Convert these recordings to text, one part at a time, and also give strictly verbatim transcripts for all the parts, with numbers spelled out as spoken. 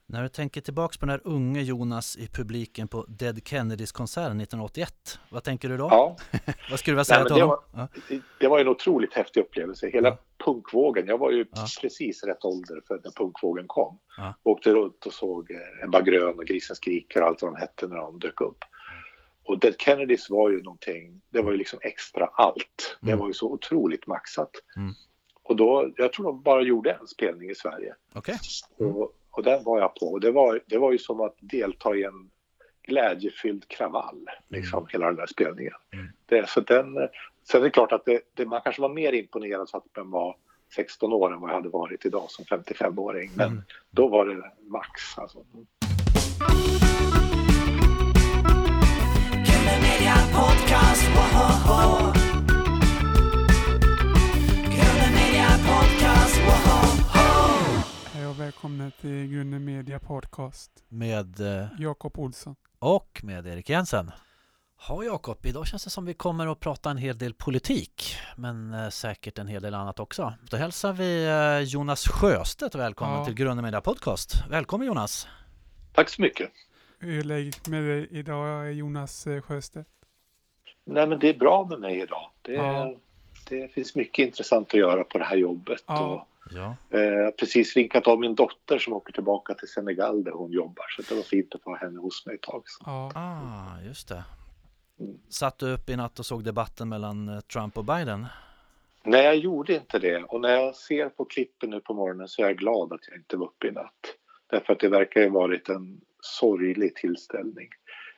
När du tänker tillbaka på den här unge Jonas i publiken på Dead Kennedys konsert nittonhundraåttioett, vad tänker du då? Ja. Vad skulle du vilja säga Nej, till det, honom? var, Ja. det, det var en otroligt häftig upplevelse. Hela Ja. punkvågen, jag var ju Ja. precis rätt ålder för när punkvågen kom. Ja. Åkte runt och såg eh, Ebba Grön och Grisen skriker och allt vad de hette när de dök upp. Och Dead Kennedys var ju någonting, det var ju liksom extra allt. Det Mm. var ju så otroligt maxat. Mm. Och då, jag tror de bara gjorde en spelning i Sverige. Okej. Mm. Och, och den var jag på. Och det var, det var ju som att delta i en glädjefylld kravall, liksom, Mm. hela den där spelningen. Mm. Det, så den, sen är det klart att det, det, man kanske var mer imponerad så att man var sexton år än vad jag hade varit idag som femtiofem-åring. Men Mm. då var det max. Alltså. Media podcast, woho! Grunden Media podcast, woho! Hej och välkomna till Grunden Media podcast. Med eh, Jakob Olsson. och med Erik Jensen. Ja, Jakob, idag känns det som vi kommer att prata en hel del politik, men eh, säkert en hel del annat också. Då hälsar vi eh, Jonas Sjöstedt välkommen Ja. till Grunden Media podcast. Välkommen Jonas. Tack så mycket. Hur är läget med dig idag, Jonas eh, Sjöstedt? Nej, men det är bra med mig idag. Det, Ja. det finns mycket intressant att göra på det här jobbet. Ja. Och, Ja. eh, precis vinkat av min dotter som åker tillbaka till Senegal där hon jobbar. Så det var fint att få henne hos mig ett tag. Så. Ja. Ah, just det. Mm. Satt du upp i natt och såg debatten mellan eh, Trump och Biden? Nej, jag gjorde inte det. Och när jag ser på klippen nu på morgonen så är jag glad att jag inte var uppe i natt. Därför att det verkar ju varit en sorglig tillställning.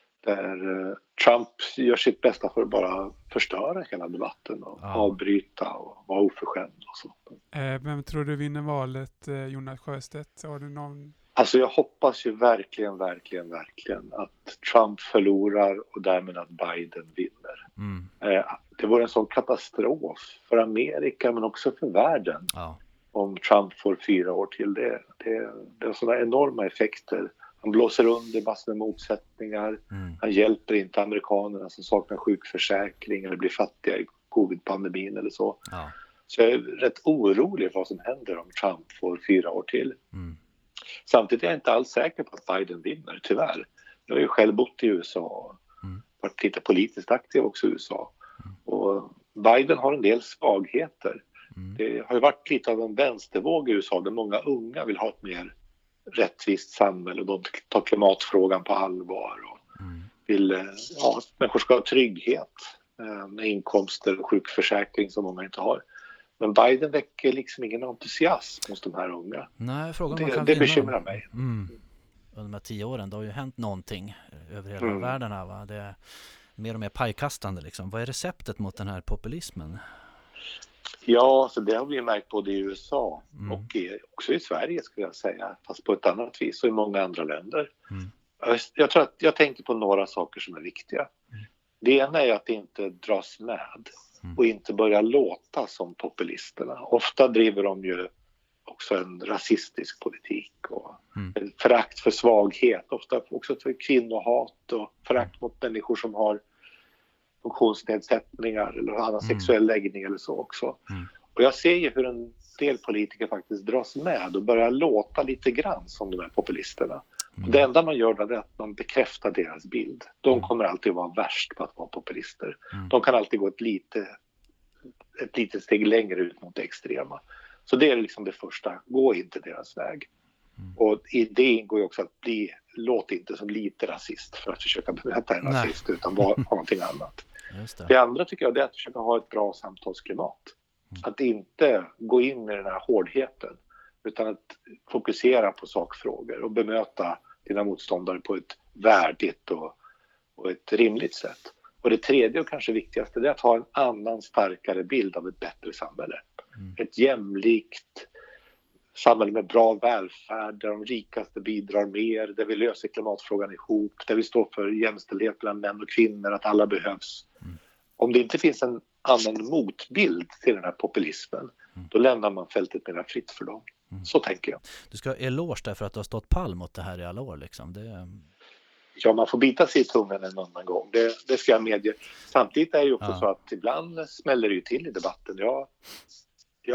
Där eh, Trump gör sitt bästa för att bara förstöra hela debatten och Ja. avbryta och vara oförskämd och så. Eh, vem tror du vinner valet, eh, Jonas Sjöstedt? Har du någon... Alltså jag hoppas ju verkligen, verkligen, verkligen att Trump förlorar och därmed att Biden vinner. Mm. Eh, det vore en sån katastrof för Amerika men också för världen Ja. om Trump får fyra år till. Det, det, det har sådana enorma effekter. Han blåser under massor med motsättningar. Mm. Han hjälper inte amerikanerna som saknar sjukförsäkring eller blir fattiga i covid-pandemin eller så. Ja. Så jag är rätt orolig för vad som händer om Trump får fyra år till. Mm. Samtidigt är jag inte alls säker på att Biden vinner, tyvärr. Jag har ju själv bott i U S A och Mm. varit lite politiskt aktiv också i U S A. Och Biden har en del svagheter. Mm. Det har ju varit lite av en vänstervåg i U S A där många unga vill ha ett mer rättvist samhälle och de tar klimatfrågan på allvar och Mm. vill, eh, ja, att människor ska ha trygghet eh, med inkomster och sjukförsäkring som många inte har. Men Biden väcker liksom ingen entusiasm hos de här unga. Nej, frågan om man Det, kan det vinna. bekymrar mig. Mm. Under de här tio åren, det har ju hänt någonting över hela Mm. världen här, va? Det är mer och mer pajkastande liksom. Vad är receptet mot den här populismen? Ja, så det har vi märkt både i U S A Mm. och i, också i Sverige skulle jag säga. Fast på ett annat vis och i många andra länder. Mm. Jag, jag tror att jag tänker på några saker som är viktiga. Mm. Det ena är att inte dras med Mm. och inte börja låta som populisterna. Ofta driver de ju också en rasistisk politik och Mm. en förakt för svaghet. Ofta också för kvinnohat och förakt mot människor som har funktionsnedsättningar eller annan Mm. sexuell läggning eller så också. Mm. Och jag ser ju hur en del politiker faktiskt dras med och börjar låta lite grann som de här populisterna. Mm. Det enda man gör då är att man bekräftar deras bild. De Mm. kommer alltid vara värst på att vara populister. Mm. De kan alltid gå ett lite ett litet steg längre ut mot det extrema. Så det är liksom det första. Gå inte deras väg. Mm. Och i det ingår ju också att bli, låt inte som lite rasist för att försöka bemöta en Nej. rasist utan vara någonting annat. Just det. Det andra tycker jag är att försöka ha ett bra samtalsklimat. Mm. Att inte gå in i den här hårdheten utan att fokusera på sakfrågor och bemöta dina motståndare på ett värdigt och, och ett rimligt sätt. Och det tredje och kanske viktigaste är att ha en annan starkare bild av ett bättre samhälle. Mm. Ett jämlikt samhälle med bra välfärd där de rikaste bidrar mer, där vi löser klimatfrågan ihop, där vi står för jämställdhet mellan män och kvinnor, att alla behövs. Mm. Om det inte finns en annan motbild till den här populismen, Mm. då lämnar man fältet mer fritt för dem. Mm. Så tänker jag. Du ska ha eloge därför att du har stått pall mot det här i alla år liksom. Det... Ja, man får bita sig i tungan en annan gång. Det, det ska jag medge. Samtidigt är det ju också Ja. så att ibland smäller det ju till i debatten. Jag, jag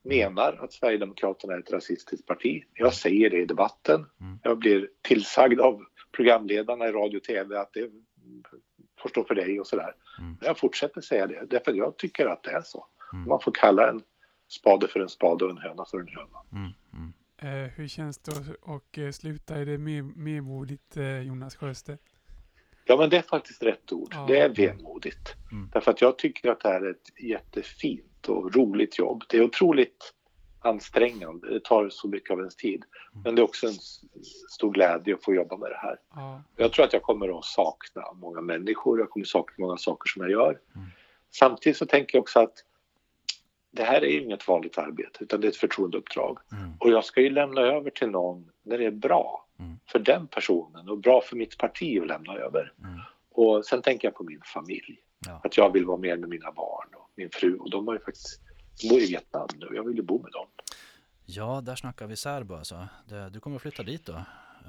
menar att Sverigedemokraterna är ett rasistiskt parti. Jag säger det i debatten. Mm. Jag blir tillsagd av programledarna i radio och tv att det får stå för dig och sådär. Mm. Jag fortsätter säga det, därför att jag tycker att det är så. Mm. Man får kalla en spade för en spade och en höna för en höna. Mm. Mm. Eh, hur känns det att och, eh, sluta? Är det mer, mermodigt, eh, Jonas Sjöstedt? Ja, men det är faktiskt rätt ord. Ja. Det är vemodigt. Mm. Därför att jag tycker att det här är ett jättefint och roligt jobb. Det är otroligt ansträngande. Det tar så mycket av ens tid. Men det är också en s- stor glädje att få jobba med det här. Ja. Jag tror att jag kommer att sakna många människor. Jag kommer att sakna många saker som jag gör. Mm. Samtidigt så tänker jag också att det här är inget vanligt arbete utan det är ett förtroendeuppdrag. Mm. Och jag ska ju lämna över till någon när det är bra Mm. för den personen och bra för mitt parti att lämna över. Mm. Och sen tänker jag på min familj. Ja. Att jag vill vara med med mina barn och min fru. Och de har ju faktiskt, de bor i Vietnam nu. Jag vill ju bo med dem. Ja, där snackar vi Särbo alltså. Det, du kommer att flytta dit då? Uh,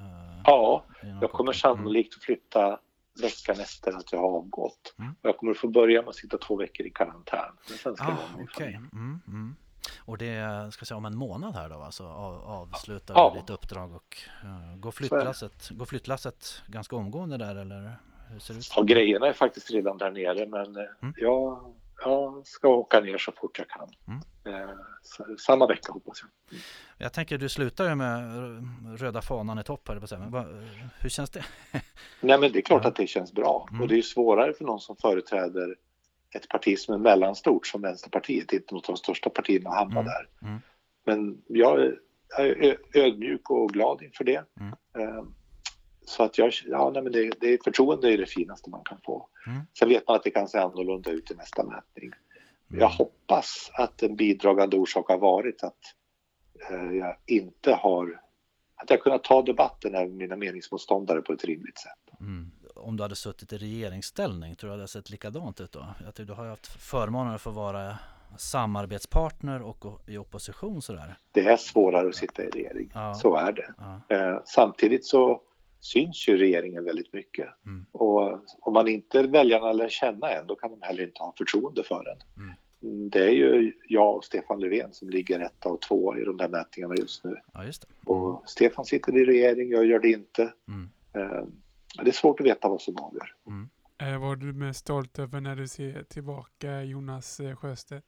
Ja, inom jag kort. kommer sannolikt att flytta veckan efter att jag har avgått. Mm. Och jag kommer att få börja med att sitta två veckor i karantän. Men sen ska Ah, jag vara med min okej. familj. Mm, mm. Och det är, ska jag säga, om en månad här då, alltså av, avslutar Ja. du ditt uppdrag och uh, går flyttlasset, går flyttlasset ganska omgående där eller hur ser det ut? Ja, grejerna är faktiskt redan där nere men eh, Mm. jag, jag ska åka ner så fort jag kan. Mm. Eh, s- samma vecka hoppas jag. Jag tänker du slutar ju med röda fanan i topp här, på men vad, hur känns det? Nej, men det är klart Ja. att det känns bra. Mm. Och det är ju svårare för någon som företräder ett parti som är mellanstort som Vänsterpartiet, inte mot de största partierna att hamna Mm. där. Mm. Men jag är, jag är ö- ödmjuk och glad inför det. Mm. Eh, Så att jag, ja, nej, men det, det, förtroende är det finaste man kan få. Mm. Sen vet man att det kan se annorlunda ut i nästa mätning. Mm. Jag hoppas att en bidragande orsak har varit att eh, jag inte har att jag kunnat ta debatten med mina meningsmotståndare på ett rimligt sätt. Mm. Om du hade suttit i regeringsställning, tror du att det hade sett likadant ut då? Jag tror du har ju haft förmånen att få vara samarbetspartner och i opposition sådär. Det är svårare att sitta i regering, Ja. så är det. Ja. Eh, samtidigt så syns ju regeringen väldigt mycket. Mm. Och om man inte väljarna lär känna en, då kan de heller inte ha förtroende för en. Mm. Mm, Det är ju jag och Stefan Löfven som ligger etta och två i de där mätningarna just nu. Ja, just det. Och Stefan sitter i regering, jag gör det inte. Mm. Eh, det är svårt att veta vad som avgör. Mm. Eh, vad är du mest stolt över när du ser tillbaka Jonas eh, Sjöstedt?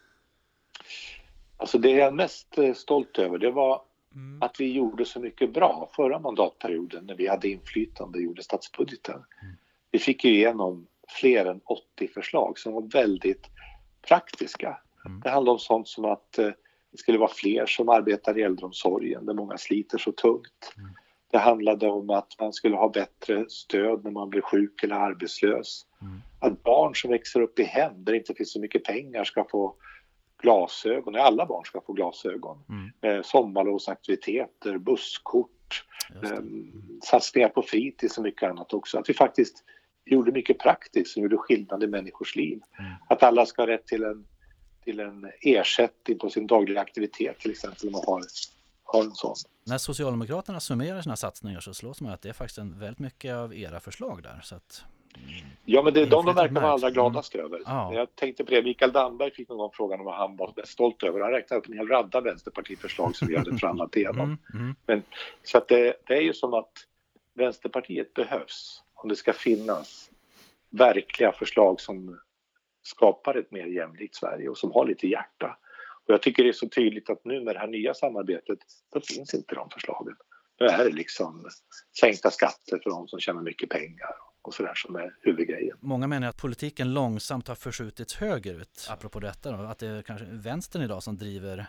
Alltså det jag är mest eh, stolt över, det var Mm. att vi gjorde så mycket bra förra mandatperioden när vi hade inflytande och gjorde statsbudgeten. Mm. Vi fick ju igenom fler än åttio förslag som var väldigt praktiska. Mm. Det handlade om sånt som att eh, det skulle vara fler som arbetar i äldreomsorgen där många sliter så tungt. Mm. Det handlade om att man skulle ha bättre stöd när man blir sjuk eller arbetslös. Mm. Att barn som växer upp i hem där det inte finns så mycket pengar ska få glasögon. Alla barn ska få glasögon. Mm. Eh, sommarlovsaktiviteter, busskort, Just det. eh, satsningar på fritids och mycket annat också. Att vi faktiskt gjorde mycket praktiskt som gjorde skillnad i människors liv. Mm. Att alla ska ha rätt till en, till en ersättning på sin dagliga aktivitet till exempel om man har, har en sån. När Socialdemokraterna summerar sina satsningar så slås man att det är faktiskt en väldigt mycket av era förslag där. Så att, Ja, men det är de de Inflytande verkar vara allra märks. gladast över. Ja. Jag tänkte på det. Mikael Damberg fick någon gång frågan om vad han var mest stolt över. Han räknade upp en hel radda vänsterpartiförslag som vi hade förhandlat igenom. mm, mm, Så att det, det är ju som att Vänsterpartiet behövs om det ska finnas verkliga förslag som skapar ett mer jämlikt Sverige och som har lite hjärta. Och jag tycker det är så tydligt att nu med det här nya samarbetet då finns inte de förslagen. Nu är det liksom sänkta skatter för de som tjänar mycket pengar och sådär som är huvudgrejen. Många menar att politiken långsamt har förskjutits högerut. Apropå detta då, att det är kanske vänstern idag som driver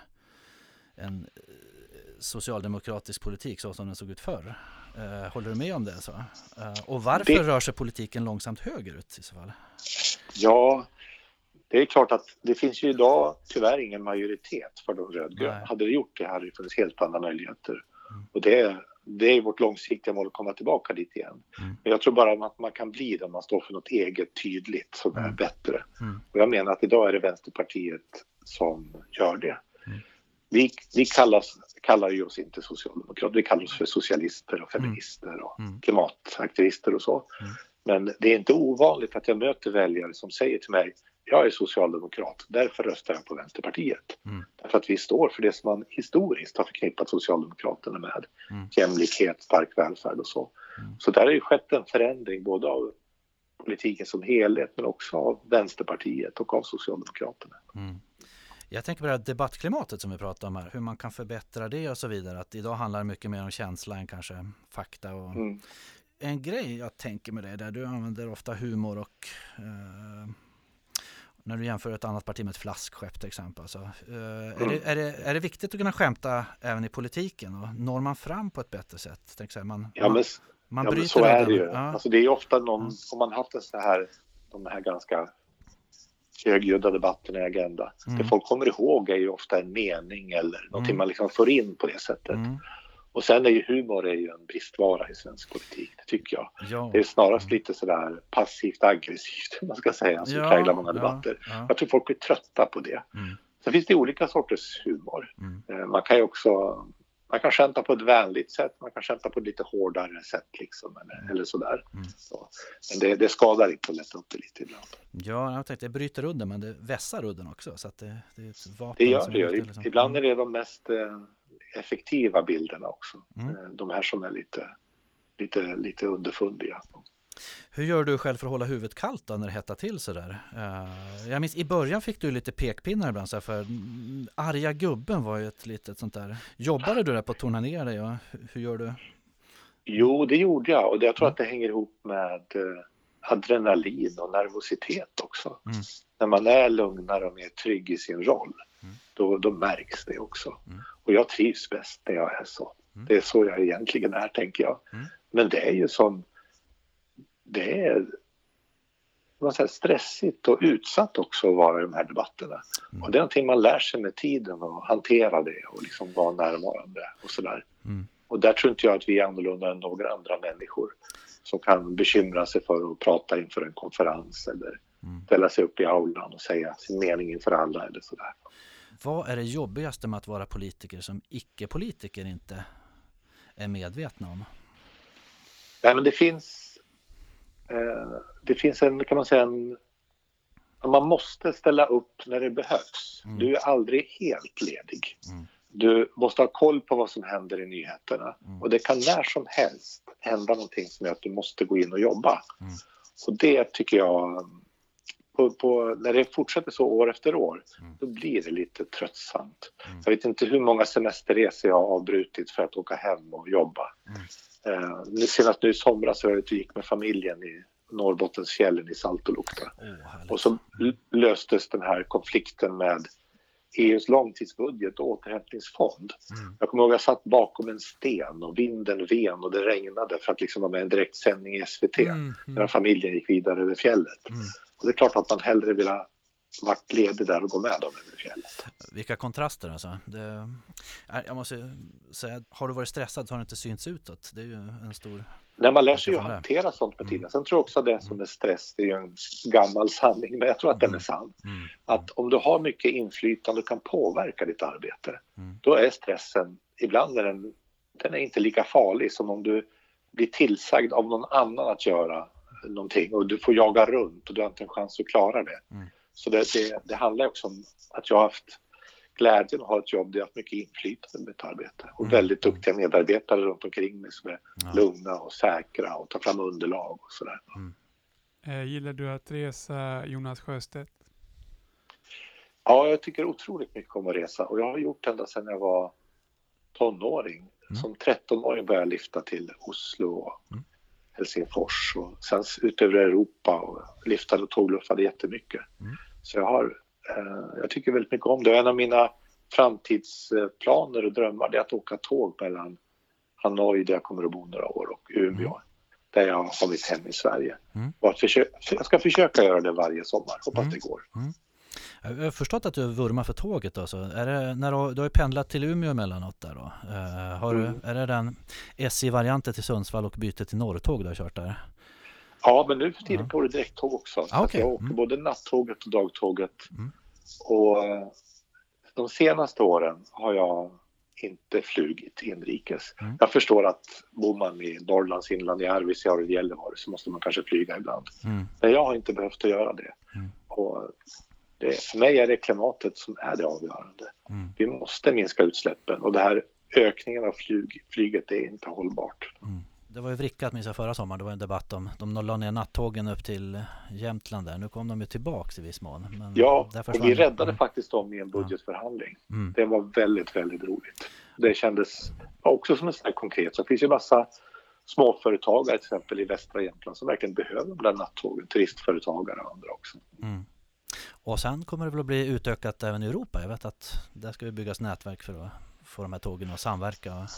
en eh, socialdemokratisk politik så som den såg ut förr. Eh, håller du med om det så? Eh, och varför Det- rör sig politiken långsamt högerut i så fall? Ja, det är klart att det finns ju idag tyvärr ingen majoritet för de rödgröna. Nej. Hade det gjort det hade det funnits helt andra möjligheter. Mm. Och det är, det är vårt långsiktiga mål att komma tillbaka dit igen. Mm. Men jag tror bara att man kan bli det om man står för något eget tydligt som är Mm. bättre. Mm. Och jag menar att idag är det Vänsterpartiet som gör det. Mm. Vi, vi kallas, kallar ju oss inte socialdemokrater, vi kallar oss för socialister och feminister och Mm. klimataktivister och så. Mm. Men det är inte ovanligt att jag möter väljare som säger till mig jag är socialdemokrat, därför röstar jag på Vänsterpartiet. Mm. Därför att vi står för det som man historiskt har förknippat Socialdemokraterna med. Mm. Jämlikhet, stark välfärd och så. Mm. Så där har ju skett en förändring både av politiken som helhet men också av Vänsterpartiet och av Socialdemokraterna. Mm. Jag tänker på det här debattklimatet som vi pratar om här, hur man kan förbättra det och så vidare. Att idag handlar det mycket mer om känsla än kanske fakta. Och Mm. En grej jag tänker med det där, du använder ofta humor och eh, när du jämför ett annat parti med ett flaskskepp till exempel. Alltså, eh, Mm. är, det, är, det, är det viktigt att kunna skämta även i politiken? Och når man fram på ett bättre sätt? Tänk så här, man, Ja, men, man ja, men bryter så är udden. det ju. Ja. Alltså, det är ju ofta någon, Mm. om man haft en så här, de här ganska högljudda debatterna i Agenda. Mm. Det folk kommer ihåg är ju ofta en mening eller någonting Mm. man liksom får in på det sättet. Mm. Och sen är ju humor är ju en bristvara i svensk politik, det tycker jag. Ja. Det är snarast lite sådär passivt aggressivt, man ska säga, som Ja, präglar många ja, debatter. ja. Jag tror folk blir trötta på det. Mm. Sen finns det olika sorters humor. Mm. Eh, Man kan ju också, man kan skämta på ett vänligt sätt, man kan skämta på ett lite hårdare sätt liksom, eller, eller sådär. Mm. Så. Men det, det skadar inte att lätta upp det lite ibland. Ja, jag tänkte det bryter udden men det vässar udden också. Så att det, det är ett vapen Det gör som det är ju. viktigt, liksom. Ibland är det de mest eh, effektiva bilderna också. Mm. Eh, de här som är lite, lite, lite underfundiga. Hur gör du själv för att hålla huvudet kallt då när det hettar till sådär? Uh, jag minns i början fick du lite pekpinnar ibland så här, för mm, arga gubben var ju ett litet sånt där. Jobbade du där på att tona ner dig? Ja? Hur, hur gör du? Jo, det gjorde jag och det, jag tror att det hänger ihop med eh, adrenalin och nervositet också. Mm. När man är lugnare och mer trygg i sin roll, Mm. då, då märks det också. Mm. Och jag trivs bäst när jag är så. Mm. Det är så jag egentligen är, tänker jag. Mm. Men det är ju som, det är vad säger, stressigt och utsatt också att vara i de här debatterna. Mm. Och det är någonting man lär sig med tiden och hantera det och liksom vara närvarande och sådär. Mm. Och där tror inte jag att vi är annorlunda än några andra människor som kan bekymra sig för att prata inför en konferens eller Mm. ställa sig upp i aulan och säga sin mening inför alla eller sådär. Vad är det jobbigaste med att vara politiker som icke-politiker inte är medvetna om? Nej, men det finns eh, det finns en, kan man säga, en, man måste ställa upp när det behövs. Mm. Du är aldrig helt ledig. Mm. Du måste ha koll på vad som händer i nyheterna. Mm. Och det kan när som helst hända någonting som gör att du måste gå in och jobba. Mm. Och det tycker jag, på, på, när det fortsätter så år efter år, Mm. då blir det lite tröttsamt. Mm. Jag vet inte hur många semesterresor jag har avbrutit för att åka hem och jobba. Mm. Eh, nu senast nu i somras så jag ute och gick med familjen i Norrbottensfjällen i Saltolukta. Oh, härligt. Och så l- löstes den här konflikten med E U:s långtidsbudget och återhämtningsfond. Mm. Jag kommer ihåg att jag satt bakom en sten och vinden ven och det regnade för att liksom vara med en direktsändning i S V T. Mm. När Mm. familjen gick vidare över fjället. Mm. Och det är klart att man hellre vill ha varit ledig där och gå med dem över fjället. Vilka kontraster alltså. Det, jag måste säga, har du varit stressad så har det inte synts utåt. Det är ju en stor... När man lär sig ju Jag att får hantera sånt med tiden. Mm. Sen tror jag också att det som är stress, det är ju en gammal sanning, men jag tror att den är sann. Mm. Att om du har mycket inflytande och kan påverka ditt arbete, Mm. då är stressen, ibland är den, den är inte lika farlig som om du blir tillsagd av någon annan att göra någonting och du får jaga runt och du har inte en chans att klara det. Mm. Så det, det, det handlar också om att jag har haft glädjen att ha ett jobb där jag har haft mycket inflytande med ett arbete och Mm. väldigt duktiga medarbetare runt omkring mig som är Ja. lugna och säkra och tar fram underlag och sådär. Eh, gillar du att resa, Jonas Sjöstedt? Ja, jag tycker otroligt mycket om att resa och jag har gjort det ända sedan jag var tonåring. Mm. Som trettonåring började jag lyfta till Oslo och Mm. Helsingfors och sen ut över Europa och lyftade och tågluffade jättemycket. Mm. Så jag har, eh, jag tycker väldigt mycket om det. En av mina framtidsplaner och drömmar är att åka tåg mellan Hanoi där jag kommer att bo några år och Umeå. Mm. Där jag har mitt hem i Sverige. Mm. Och att försöka, jag ska försöka göra det varje sommar. Hoppas Mm. det går. Jag har förstått att du vurmar för tåget alltså. Är det, när du, du har ju pendlat till Umeå emellanåt där då. Uh, har Mm. du, är det den S J-varianten till Sundsvall och bytet till norrtåg du har kört där? Ja, men nu för tiden Ja. går det direkttåg också. Så Ah, att okej. jag åker Mm. både nattåget och dagtåget. Mm. Och eh, de senaste åren har jag inte flugit inrikes. Mm. Jag förstår att bor man i Norrlands inland, i Arvidsjaur eller Gällivare så måste man kanske flyga ibland. Mm. Men jag har inte behövt att göra det. Mm. Och det, för mig är det klimatet som är det avgörande. Mm. Vi måste minska utsläppen och det här ökningen av flyg, flyget är inte hållbart. Mm. Det var ju vrickat minns jag förra sommaren, det var en debatt om de la ner nattågen upp till Jämtland där. Nu kom de ju tillbaks i viss mån. Men ja, och vi räddade mm. faktiskt dem i en budgetförhandling. Mm. Det var väldigt, väldigt roligt. Det kändes också som en sån här konkret. Så det finns ju massa småföretagare till exempel i västra Jämtland som verkligen behöver de där nattågen. Turistföretagare och andra också. Mm. Och sen kommer det väl att bli utökat även i Europa. Jag vet att där ska ju byggas nätverk för att få de här tågen att samverka. Och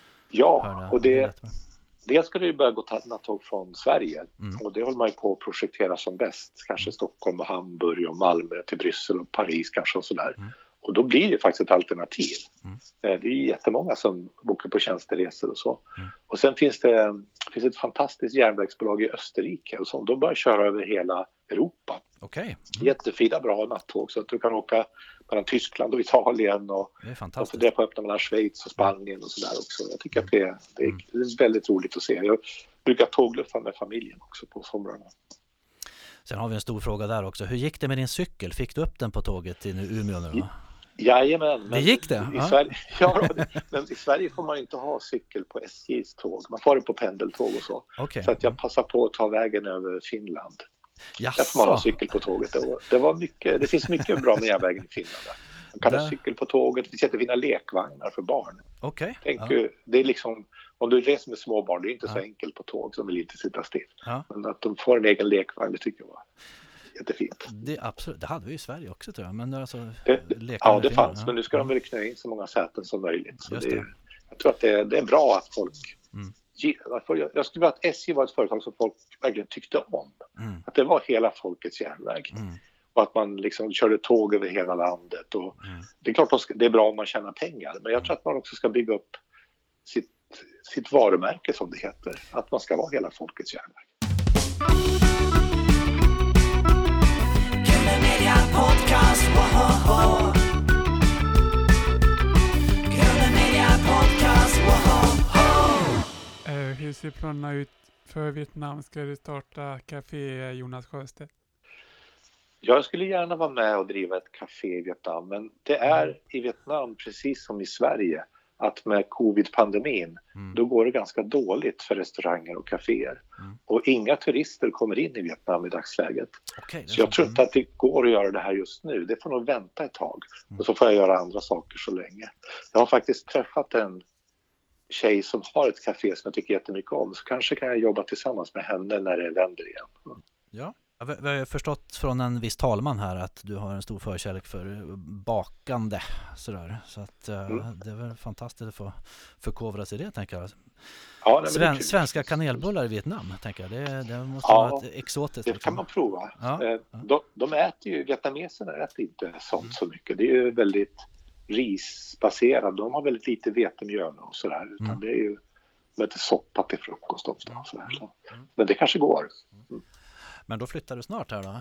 ja, och det... Dels ska det ju börja gå nattåg från Sverige mm. och det håller man ju på att projektera som bäst. Kanske Stockholm och Hamburg och Malmö till Bryssel och Paris kanske och sådär. Mm. Och då blir det faktiskt ett alternativ. Mm. Det är jättemånga som bokar på tjänsteresor och så. Mm. Och sen finns det finns ett fantastiskt järnvägsbolag i Österrike och som de börjar köra över hela Europa. Okay. Mm. Jättefina bra nattåg så att du kan åka mellan Tyskland och Italien och det är fantastiskt. Och det på öppna mellan Schweiz och Spanien och sådär också. Jag tycker att det är, det, är, det är väldigt roligt att se. Jag brukar tågluffa med familjen också på somrarna. Sen har vi en stor fråga där också. Hur gick det med din cykel? Fick du upp den på tåget till Umeå nu då? Jajamän. Det gick det? I, i, Sverige, ja, men i Sverige får man inte ha cykel på S J:s tåg. Man får det på pendeltåg och så. Okay. Så att jag passar på att ta vägen över Finland. Jaså. Där får man ha cykel på tåget. Det, var, det, var mycket, det finns mycket bra med järnvägen i Finland. Där. Man kan ha cykel på tåget. Det finns jättefina lekvagnar för barn. Okay. Tänk, ja. Det är liksom, om du reser med små barn, det är inte ja. så enkelt på tåg som vill inte sitta still. Ja. Men att de får en egen lekvagn, det tycker jag var jättefint. Det, absolut, det hade vi i Sverige också tror jag. Men alltså, det, ja, det fanns. Ja. Men nu ska de väl knö in så många säten som möjligt. Så det. Det, jag tror att det, det är bra att folk... Mm. Jag skulle vilja att S J var ett företag som folk verkligen tyckte om. Mm. Att det var hela folkets järnväg. Mm. Och att man liksom körde tåg över hela landet. Och mm. Det är klart att det är bra om man tjänar pengar. Men jag tror att man också ska bygga upp sitt, sitt varumärke som det heter. Att man ska vara hela folkets järnväg. Podcast, woho! Media Podcast, woho! Uh, hur ser planerna ut för Vietnam? Ska du starta café, Jonas Sjöstedt? Jag skulle gärna vara med och driva ett café i Vietnam. Men det är i Vietnam precis som i Sverige. Att med covid-pandemin, mm. då går det ganska dåligt för restauranger och kaféer. Mm. Och inga turister kommer in i Vietnam i dagsläget. Okay, så jag tror inte att det går att göra det här just nu. Det får nog vänta ett tag. Mm. Och så får jag göra andra saker så länge. Jag har faktiskt träffat en tjej som har ett café som jag tycker jättemycket om. Så kanske kan jag jobba tillsammans med henne när det vänder igen. Mm. Ja. Vi har förstått från en viss talman här att du har en stor förkärlek för bakande sådär. Så att mm. det är väl fantastiskt att få förkovra sig i det, tänker jag. Ja, det Sven, svenska kanelbullar i Vietnam, tänker jag. Det, det måste ja, vara ett exotiskt. Det liksom. kan man prova. Ja, eh, ja. De, de äter ju, vietnameserna äter inte sånt mm. så mycket. Det är ju väldigt risbaserat. De har väldigt lite vetemjöl och sådär. Utan mm. det är ju lite soppa till frukost och sådär. Så. Mm. Men det kanske går. Mm. Men då flyttar du snart här då?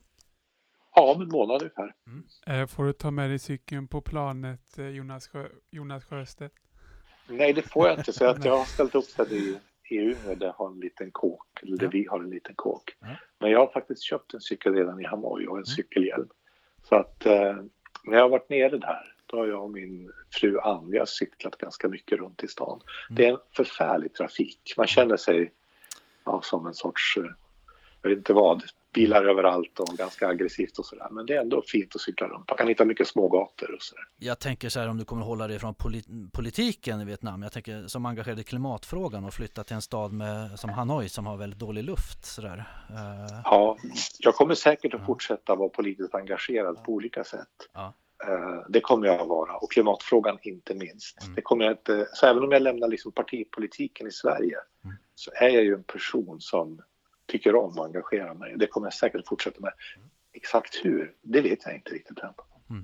Ja, om en månad ungefär. Mm. Får du ta med dig cykeln på planet, Jonas, Sjö, Jonas Sjöstedt? Nej, det får jag inte. Så att jag har ställt upp det i E U där har en liten kåk. Eller där ja. vi har en liten kåk. Ja. Men jag har faktiskt köpt en cykel redan i Hanoi och en mm. cykelhjälm. Så att eh, när jag har varit nere där, då har jag och min fru Ann, vi har cyklat ganska mycket runt i stan. Mm. Det är en förfärlig trafik. Man känner sig ja, som en sorts... Jag vet inte vad, bilar överallt och ganska aggressivt och sådär. Men det är ändå fint att cykla runt. Man kan hitta mycket små gator och sådär. Jag tänker så här, om du kommer hålla dig från polit- politiken i Vietnam. Jag tänker som engagerad i klimatfrågan och flytta till en stad med, som Hanoi som har väldigt dålig luft. Sådär. Uh... Ja, jag kommer säkert att fortsätta vara politiskt engagerad på olika sätt. Ja. Uh, det kommer jag att vara. Och klimatfrågan inte minst. Mm. Det kommer jag inte, så även om jag lämnar liksom partipolitiken i Sverige mm. så är jag ju en person som tycker om och engagerar mig. Det kommer jag säkert fortsätta med. Exakt hur, det vet jag inte riktigt än. Mm.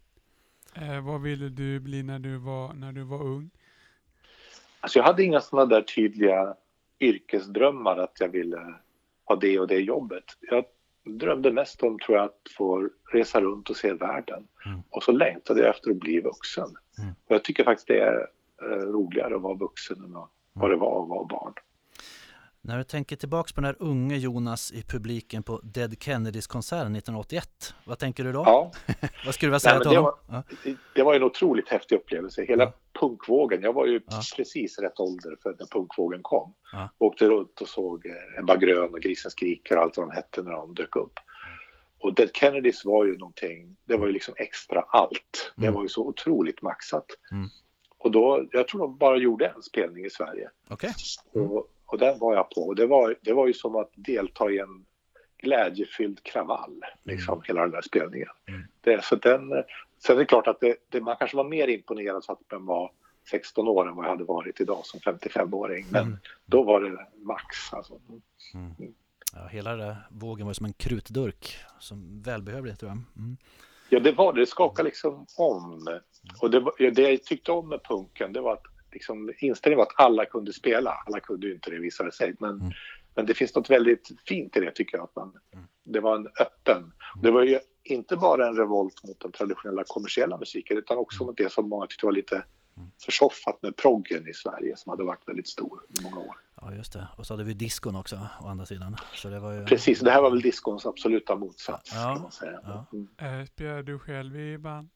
Eh, vad ville du bli när du var, när du var ung? Alltså jag hade inga sådana där tydliga yrkesdrömmar att jag ville ha det och det jobbet. Jag drömde mest om, tror jag, att få resa runt och se världen. Mm. Och så längtade jag efter att bli vuxen. Mm. Och jag tycker faktiskt det är eh, roligare att vara vuxen än vad det var att vara barn. När du tänker tillbaka på den här unge Jonas i publiken på Dead Kennedys konsert nittonhundraåttioett, vad tänker du då? Ja. Vad skulle du vilja säga Nej, till det, honom? var, Ja. det var en otroligt häftig upplevelse. Hela Ja. punkvågen, jag var ju Ja. precis rätt ålder för när punkvågen kom. Ja. Åkte runt och såg eh, Ebba Grön och Grisen skriker och allt vad de hette när de dök upp. Och Dead Kennedys var ju någonting, det var ju liksom extra allt. Det Mm. var ju så otroligt maxat. Mm. Och då, jag tror de bara gjorde en spelning i Sverige. Okej. Och, och den var jag på. Och det var, det var ju som att delta i en glädjefylld kravall, liksom, Mm. hela den där spelningen. Mm. Det, så den, sen är det klart att det, det, man kanske var mer imponerad så att man var sexton år än vad jag hade varit idag som femtiofem-åring. Men Mm. då var det max. Alltså. Mm. Ja, hela den där vågen var som en krutdurk som välbehövlig, tror jag. Mm. Ja, det var det. Det skakade liksom om. Och det, var, det jag tyckte om med punken, det var att liksom, inställningen var att alla kunde spela. Alla kunde ju inte det, visade sig. Men, Mm. men det finns något väldigt fint i det, tycker jag. Att man, Mm. det var en öppen. Det var ju inte bara en revolt mot den traditionella kommersiella musiken, utan också mot det som många tyckte var lite försoffat med proggen i Sverige, som hade varit väldigt stor i många år. Ja, just det. Och så hade vi diskon också, å andra sidan. Så det var ju... Precis, det här var väl diskons absoluta motsats, Ja, kan man säga. ja. Mm. Äh, spelar du själv i band?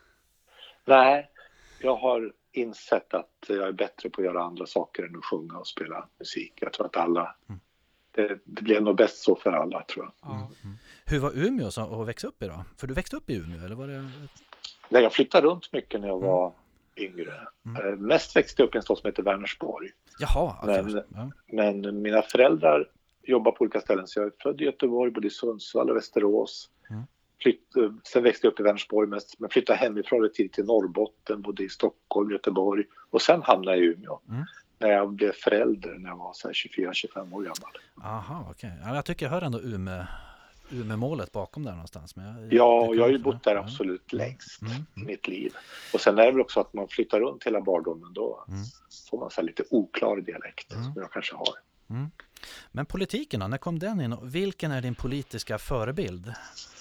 Nej, jag har insett att jag är bättre på att göra andra saker än att sjunga och spela musik. Jag tror att alla, Mm. det, det blev nog bäst så för alla, tror jag. Ja. Hur var Umeå så, att växa upp i då? För du växte upp i Umeå, eller var det... Nej, jag flyttade runt mycket när jag var yngre. Mm. Eh, Mest växte jag upp i en stad som heter Vänersborg. Jaha, okej. Men- Ja. Men mina föräldrar jobbar på olika ställen, så jag är född i Göteborg, både i Sundsvall och Västerås. Mm. Flytt, eh, sen växte jag upp i Vänersborg mest, men flyttade hemifrån rätt tidigt till Norrbotten, både i Stockholm, Göteborg. Och sen hamnade jag i Umeå. Mm. När jag blev förälder, när jag var så här tjugofyra tjugofem år gammal. Aha, okej. Ja, jag tycker jag hör ändå Umeå, Umeå-målet bakom där någonstans. Men jag, Ja, det jag har ju kan- bott där ja. absolut längst Mm, i mm, mitt liv. Och sen är det väl också att man flyttar runt hela barndomen, då Mm. får man så här lite oklar dialekt, Mm. som jag kanske har. mm. Men politiken då, när kom den in? Och vilken är din politiska förebild?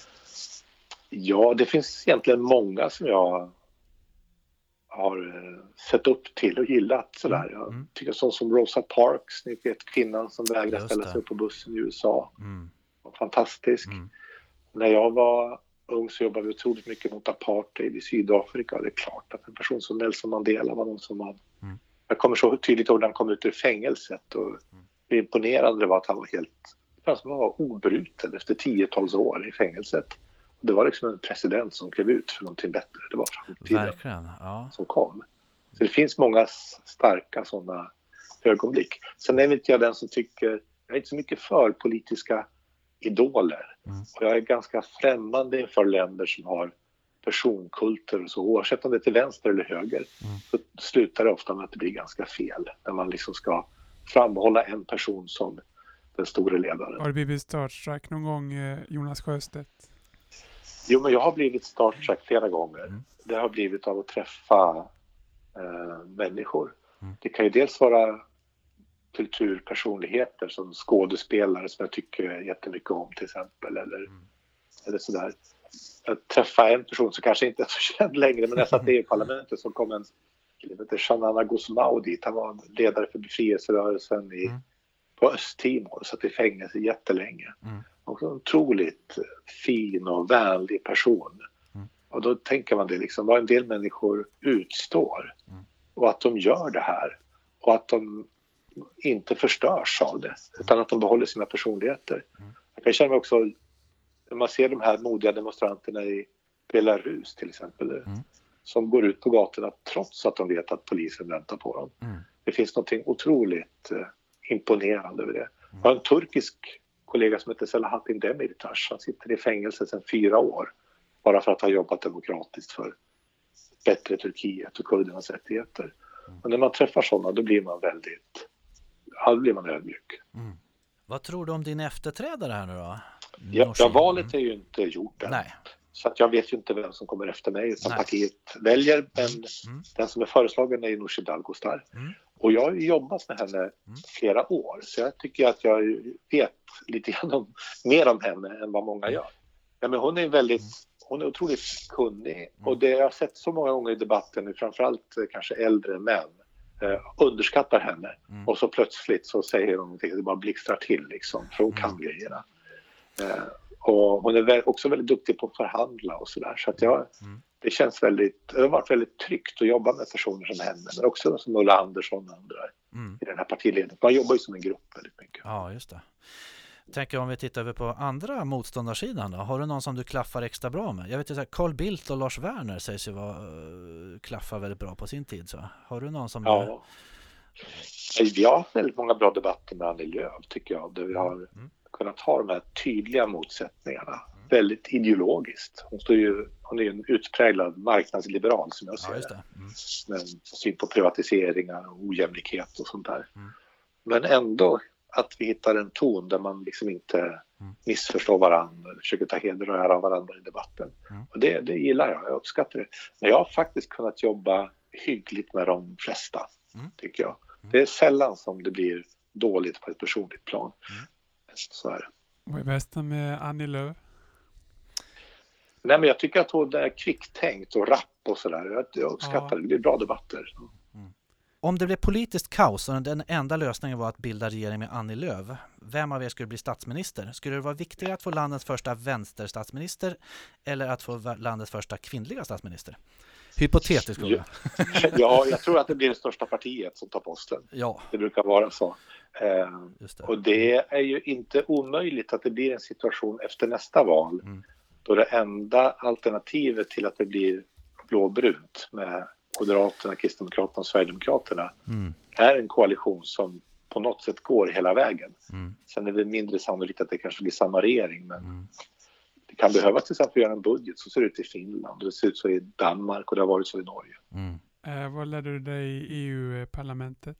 Ja, det finns egentligen många som jag har eh, sett upp till och gillat sådär. Jag Mm. tycker så som Rosa Parks, ni vet kvinnan som vägrade Just ställa det. sig upp på bussen i U S A. Mm. Var fantastisk. Mm. När jag var ung så jobbade vi otroligt mycket mot apartheid i Sydafrika. Det är klart att en person som Nelson Mandela var någon som man... Mm. Jag kommer så tydligt ihåg när han kom ut ur fängelset, och det imponerande var att han var helt... Det som var obruten efter tiotals år i fängelset. Det var liksom en president som klev ut för någonting bättre. Det var framtiden Verkligen, ja. som kom. Så det finns många s- starka sådana ögonblick. Sen är inte jag den som tycker... Jag är inte så mycket för politiska idoler. Mm. Och jag är ganska främmande inför länder som har personkulter och så. Oavsett om det är till vänster eller höger, Mm. så slutar det ofta med att det blir ganska fel. När man liksom ska framhålla en person som den stora ledaren. Har du blivit starstruck någon gång, eh, Jonas Sjöstedt? Jo, men jag har blivit starstruck flera gånger. Mm. Det har blivit av att träffa eh, människor. Mm. Det kan ju dels vara kulturpersonligheter som skådespelare som jag tycker jättemycket om till exempel. Eller, Mm. eller sådär. Att träffa en person som kanske inte är så känd längre, men när jag satt i E U-parlamentet så kom en kille som heter Xanana Gusmao dit. Han var ledare för befrielserörelsen i, Mm. på Östtimor och satt i fängelse jättelänge. Mm. Och en otroligt fin och vänlig person. Mm. Och då tänker man det liksom, vad en del människor utstår. Mm. Och att de gör det här. Och att de inte förstörs av det. Utan att de behåller sina personligheter. Mm. Jag kan känna mig också, när man ser de här modiga demonstranterna i Belarus till exempel. Mm. Som går ut på gatorna trots att de vet att polisen väntar på dem. Mm. Det finns något otroligt eh, imponerande över det. Jag har en turkisk kollega som heter Selahattin Demirtas. Han sitter i fängelse sedan fyra år. Bara för att ha jobbat demokratiskt för bättre Turkiet och kurdernas rättigheter. Och när man träffar sådana, då blir man väldigt... Då blir man ödmjuk. Mm. Vad tror du om din efterträdare här nu då? Ja, Nooshi. ja, valet är ju inte gjort än. Nej. Så att jag vet ju inte vem som kommer efter mig, utan Nej. partiet väljer. Men Mm. den som är föreslagen är Nooshi Dadgostar. Mm. Och jag har ju jobbat med henne flera år. Så jag tycker att jag vet lite grann om, mer om henne än vad många gör. Ja, men hon är väldigt, hon är otroligt kunnig. Och det jag har sett så många gånger i debatten, framförallt kanske äldre män, eh, underskattar henne. Mm. Och så plötsligt så säger hon någonting, det bara blixtrar till liksom, för hon kan Mm. grejerna. Eh, och hon är väl, också väldigt duktig på att förhandla och sådär. Så att jag, Mm. det känns väldigt, det har varit väldigt tryggt att jobba med personer som henne, men också som Ulla Andersson och andra Mm. i den här partiledningen. Man jobbar ju som en grupp väldigt mycket. Ja, just det. Tänker om vi tittar över på andra motståndarsidan då. Har du någon som du klaffar extra bra med? Jag vet inte, Carl Bildt och Lars Werner sägs ju vara, uh, klaffa väldigt bra på sin tid. Så. Har du någon som... Ja. Vi har haft väldigt många bra debatter med Annie Lööf tycker jag. Där vi har Mm. kunnat ha de här tydliga motsättningarna. Mm. Väldigt ideologiskt. Hon, står ju, hon är ju en utpräglad marknadsliberal som jag ser Ja, just det. det. Mm. Med syn på privatiseringar och ojämlikhet och sånt där. Mm. Men ändå att vi hittar en ton där man liksom inte Mm. missförstår varandra eller försöker ta heder och ära av varandra i debatten. Mm. Och det, det gillar jag, jag uppskattar det. Men jag har faktiskt kunnat jobba hyggligt med de flesta, Mm. tycker jag. Mm. Det är sällan som det blir dåligt på ett personligt plan. Mm. Så är det. Vad är bästa med Annie Lööf? Nej, men jag tycker att hon är kvicktänkt och rapp och sådär. Jag, jag uppskattar Ja. det, det blir bra debatter. Om det blev politiskt kaos och den enda lösningen var att bilda regering med Annie Lööf, vem av er skulle bli statsminister? Skulle det vara viktigare att få landets första vänsterstatsminister eller att få va- landets första kvinnliga statsminister? Hypotetisk fråga. Ja, jag tror att det blir det största partiet som tar posten. Ja, Det brukar vara så. Eh, just det. och det är ju inte omöjligt att det blir en situation efter nästa val Mm. då det enda alternativet till att det blir blåbrunt med Moderaterna, Kristdemokraterna och Sverigedemokraterna Mm. är en koalition som på något sätt går hela vägen. Mm. Sen är det mindre sannolikt att det kanske blir samma regering, men Mm. det kan behövas till exempel göra en budget. Så ser det ut i Finland och det ser ut så i Danmark och det har varit så i Norge. Mm. Eh, vad lärde du dig i E U-parlamentet?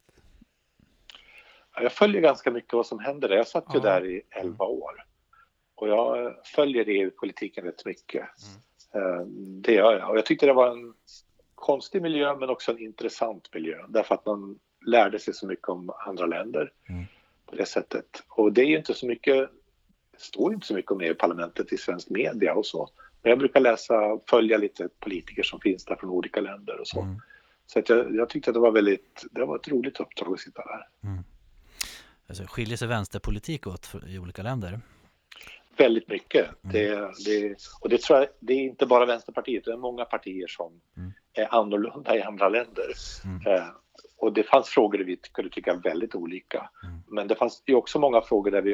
Ja, jag följer ganska mycket vad som händer där. Jag satt ju Ja. där i elva år och jag följer E U-politiken rätt mycket. Eh, Det gör jag. Och jag tyckte det var en konstig miljö men också en intressant miljö. Därför att man lärde sig så mycket om andra länder Mm. på det sättet. Och det är ju inte så mycket, det står ju inte så mycket om E U-parlamentet i svensk media och så. Men jag brukar läsa, följa lite politiker som finns där från olika länder och så. Mm. Så att jag, jag tyckte att det var väldigt, det var ett roligt uppdrag att sitta där. Mm. Alltså, skiljer sig vänsterpolitik åt för, i olika länder? Väldigt mycket. Mm. Det, det, och det tror jag, det är inte bara Vänsterpartiet, det är många partier som Mm. är annorlunda i andra länder. Mm. Eh, och det fanns frågor där vi kunde tycka väldigt olika. Mm. Men det fanns ju också många frågor där vi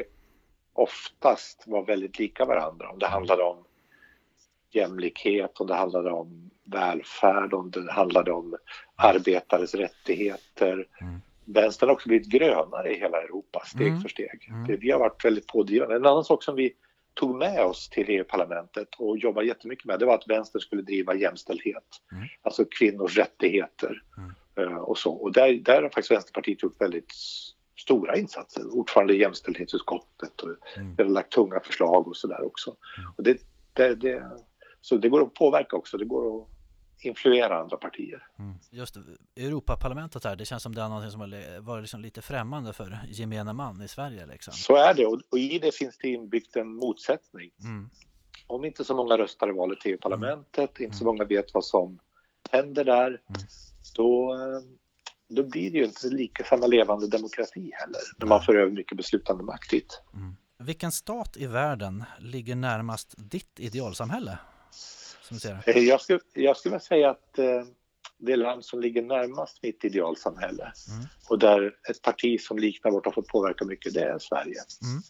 oftast var väldigt lika varandra. Om det handlade om jämlikhet, om det handlade om välfärd, om det handlade om arbetares rättigheter. Mm. Vänstern har också blivit grönare i hela Europa, steg Mm. för steg. Mm. Det, vi har varit väldigt pådrivande. En annan sak som vi tog med oss till E U-parlamentet och jobbade jättemycket med, det var att vänstern skulle driva jämställdhet. Mm. Alltså kvinnors rättigheter Mm. eh, och så. Och där, där har faktiskt Vänsterpartiet gjort väldigt s- stora insatser. Ordförande i jämställdhetsutskottet och Mm. vi har lagt tunga förslag och sådär också. Mm. Och det, det, det, så det går att påverka också, det går att influera andra partier. Mm. Just det, Europaparlamentet här, det känns som det är något som var, var liksom lite främmande för gemene man i Sverige. Liksom. Så är det, och, och i det finns det inbyggt en motsättning. Mm. Om inte så många röstar i valet till E U-parlamentet, inte så Mm. många vet vad som händer där, Mm. då, eh, då blir det ju inte lika samma levande demokrati heller, när man för över mycket beslutande makt dit. Mm. Vilken stat i världen ligger närmast ditt idealsamhälle? Som du ser det? Eh, Jag skulle, jag skulle vilja säga att eh, det land som ligger närmast mitt idealsamhälle Mm. och där ett parti som liknar vårt har fått påverka mycket, det är Sverige. Mm.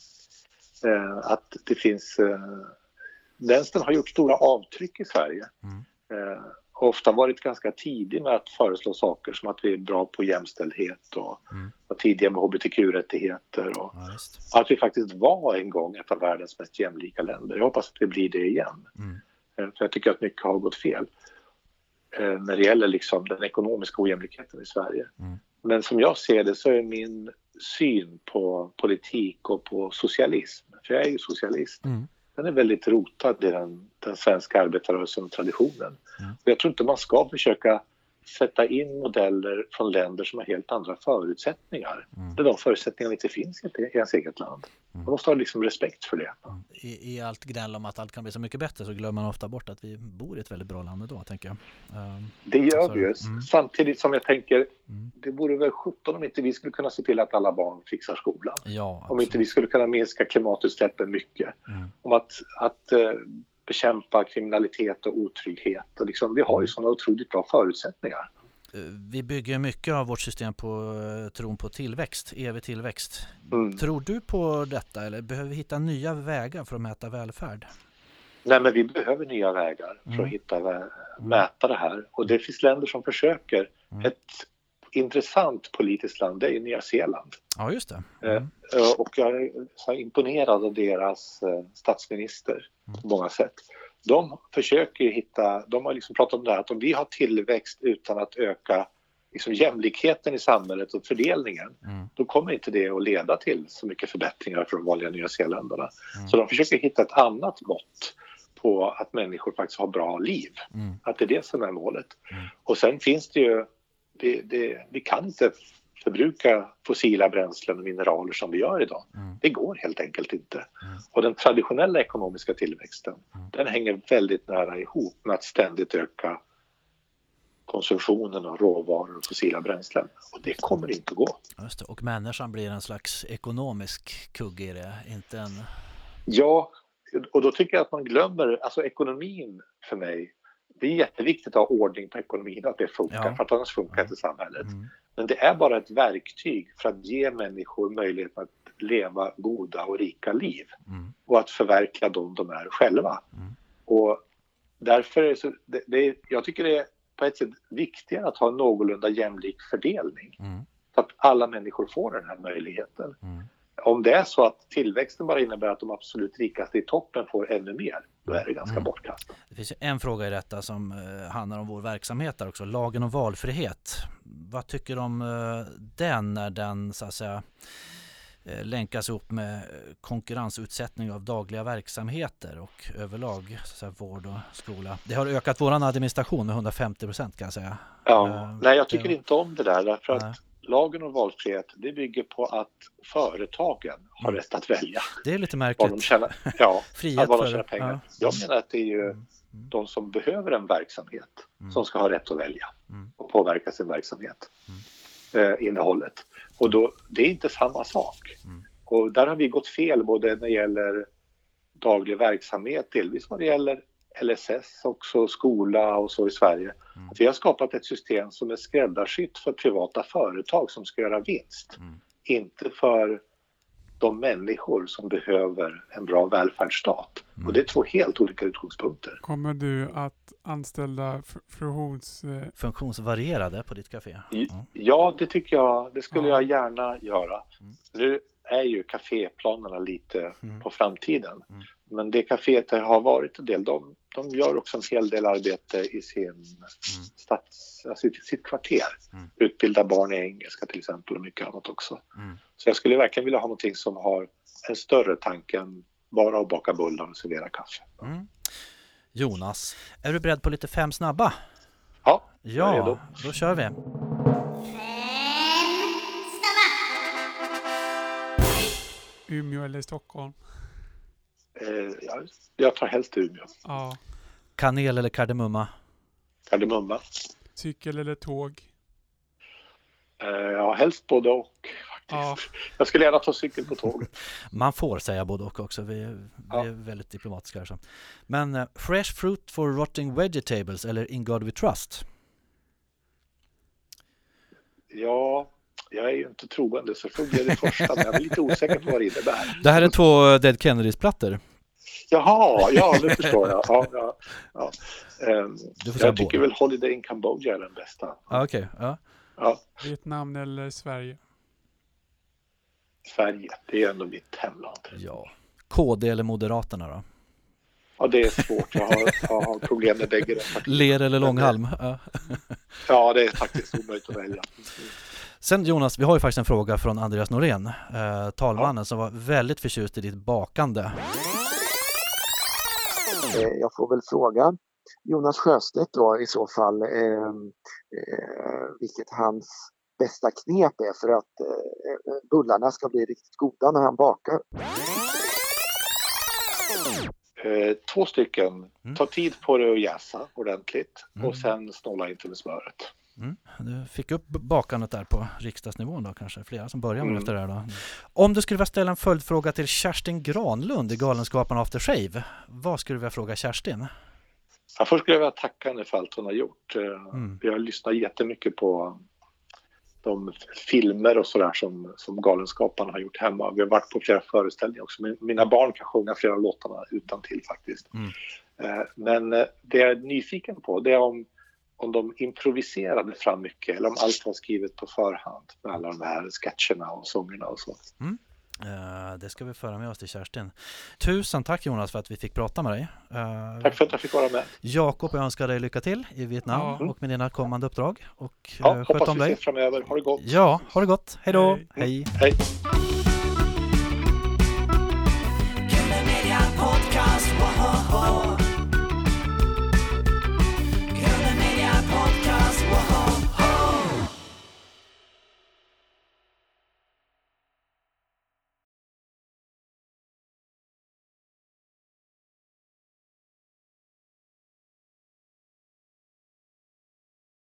Eh, att det finns... Eh, vänstern har gjort stora avtryck i Sverige. Mm. Eh, ofta varit ganska tidig med att föreslå saker som att vi är bra på jämställdhet och Mm. var tidiga med H B T Q-rättigheter och Ja, just. att vi faktiskt var en gång ett av världens mest jämlika länder. Jag hoppas att vi blir det igen. Mm. Eh, för jag tycker att mycket har gått fel eh, när det gäller liksom den ekonomiska ojämlikheten i Sverige. Mm. Men som jag ser det så är min syn på politik och på socialism, för jag är ju socialist, Mm. den är väldigt rotad i den, den svenska arbetarrörelsen och traditionen. Mm. Och jag tror inte man ska försöka sätta in modeller från länder som har helt andra förutsättningar. Mm. Där de förutsättningarna inte finns i ens eget land. Mm. Man måste ha liksom respekt för det. I, I allt gnäll om att allt kan bli så mycket bättre så glömmer man ofta bort att vi bor i ett väldigt bra land idag, tänker jag. Um, det gör så, vi ju. Mm. Samtidigt som jag tänker, Mm. det vore väl sjutton om inte vi skulle kunna se till att alla barn fixar skolan. Ja, om inte vi skulle kunna minska klimatutsläppen mycket. Mm. Om att, att uh, bekämpa kriminalitet och otrygghet. Och liksom, vi har ju sådana otroligt bra förutsättningar. Vi bygger mycket av vårt system på tron på tillväxt, evig tillväxt. Mm. Tror du på detta eller behöver vi hitta nya vägar för att mäta välfärd? Nej, men vi behöver nya vägar för Mm. att hitta vä- mäta det här. Och det finns länder som försöker. Mm. Ett intressant politiskt land, det är Nya Zeeland. Ja, just det. Eh, Mm. Och jag är så imponerad av deras eh, statsminister Mm. på många sätt. De försöker ju hitta, de har liksom pratat om det här att om vi har tillväxt utan att öka liksom jämlikheten i samhället och fördelningen, Mm. då kommer inte det att leda till så mycket förbättringar för de vanliga nya zeeländarna. Mm. Så de försöker hitta ett annat mått på att människor faktiskt har bra liv. Mm. Att det är det som är målet. Mm. Och sen finns det ju, det, det, vi kan inte förbruka fossila bränslen och mineraler som vi gör idag. Mm. Det går helt enkelt inte. Mm. Och den traditionella ekonomiska tillväxten, Mm. den hänger väldigt nära ihop med att ständigt öka konsumtionen av råvaror och fossila bränslen. Och det kommer inte att gå. Just det. Och människan blir en slags ekonomisk kugge i det, inte en... Ja, och då tycker jag att man glömmer, alltså ekonomin för mig, det är jätteviktigt att ha ordning på ekonomin, att det funkar, Ja. för att annars funkar Ja. inte samhället. Mm. Men det är bara ett verktyg för att ge människor möjlighet att leva goda och rika liv Mm. och att förverkliga dem de är själva. Mm. Och därför är det så, det, det, jag tycker det är på ett sätt viktigare att ha en någorlunda jämlik fördelning. Mm. Så att alla människor får den här möjligheten. Mm. Om det är så att tillväxten bara innebär att de absolut rikaste i toppen får ännu mer, då är det ganska Mm. bortkastat. Det finns ju en fråga i detta som eh, handlar om vår verksamhet där också, lagen om valfrihet. Vad tycker du om eh, den när den så att säga eh, länkas ihop med konkurrensutsättning av dagliga verksamheter och överlag så att säga, vård och skola? Det har ökat våran administration med hundrafemtio procent kan jag säga. Ja, Eh, nej, jag tycker det- inte om det där, därför att Nej. lagen om valfrihet, det bygger på att företagen har Mm. rätt att välja Det är lite vad de märkligt. tjänar, ja, Frihet vad de för- tjänar pengar. ja. Jag menar att det är ju Mm. de som behöver en verksamhet Mm. som ska ha rätt att välja Mm. och påverka sin verksamhet, eh, innehållet. Och då, det är inte samma sak. Mm. Och där har vi gått fel både när det gäller daglig verksamhet, delvis vad det gäller L S S, också skola och så i Sverige. Mm. Att vi har skapat ett system som är skräddarsytt för privata företag som ska göra vinst. Mm. Inte för de människor som behöver en bra välfärdsstat. Mm. Och det är två helt olika utgångspunkter. Kommer du att anställa f- funktions... eh, Funktionsvarierade på ditt café. I- Ja. Ja, det tycker jag. Det skulle Ja. jag gärna göra. Mm. Nu är ju kaféplanerna lite Mm. på framtiden. Mm. Men det kaféet det har varit en del. De, de gör också en hel del arbete i sin stads, alltså i sitt kvarter. Mm. Utbilda barn i engelska till exempel och mycket annat också. Mm. Så jag skulle verkligen vilja ha någonting som har en större tanke än bara att baka bullar och servera kaffe. Mm. Jonas, är du beredd på lite fem snabba? Ja, jag är Ja, redo. då kör vi. Umeå eller Stockholm? Eh, jag, jag tar helst Umeå. Ja. Kanel eller kardemumma? Kardemumma. Cykel eller tåg? Eh, ja, helst både och. Ja. Jag skulle gärna ta cykel på tåget. Man får säga både och också. Vi, vi Ja. är väldigt diplomatiska här. Så. Men uh, fresh fruit for rotting vegetables eller in God we trust? Ja, jag är ju inte troende så får bli det första, men jag är lite osäker på vad det innebär. Det här är två Dead Kennedys-plattor. Jaha, ja, det förstår jag. Ja, ja, ja. Ehm, Du får säga jag tycker båda. väl Holiday in Cambodia är den bästa. Ah, Okej, okay. ja. Ja, Vietnam eller Sverige? Sverige, det är ändå mitt hemland. ja. K D eller Moderaterna då? Ja, det är svårt. Jag har, jag har problem med bägge de partierna. Ler eller Långhalm? Ja. Ja, det är faktiskt omöjligt att välja. Sen Jonas, vi har ju faktiskt en fråga från Andreas Norén, eh, talmannen, ja. som var väldigt förtjust i ditt bakande. Jag får väl fråga Jonas Sjöstedt då i så fall, eh, eh, vilket hans bästa knep är för att eh, bullarna ska bli riktigt goda när han bakar. Eh, två stycken. Mm. Ta tid på det och jäsa ordentligt Mm. och sen snåla inte med smöret. Mm. Du fick upp bakandet där på riksdagsnivån då kanske, flera som börjar med Mm. efter det här då. Om du skulle vilja ställa en följdfråga till Kerstin Granlund i Galenskaparna After Shave, vad skulle du vilja fråga Kerstin? Ja, först skulle jag vilja tacka henne för allt hon har gjort. Eh, Mm. Jag har lyssnat jättemycket på de filmer och sådär som, som Galenskaparna har gjort hemma. Vi har varit på flera föreställningar också. Min- Mina barn kan sjunga flera av låtarna utan till faktiskt. Mm. Eh, Men eh, det jag är nyfiken på det är om, om de improviserade fram mycket eller om allt var skrivet på förhand med alla de här sketcherna och sångerna och så. Uh, det ska vi föra med oss till Kerstin. Tusen tack Jonas för att vi fick prata med dig. Uh, Tack för att jag fick vara med. Jakob, jag önskar dig lycka till i Vietnam Ja. och med dina kommande uppdrag. Och Ja, uh, sköt hoppas om vi dig. ses framöver. Ha det gott. Ja, ha det gott. Hej då. Hej. Hej. Hej.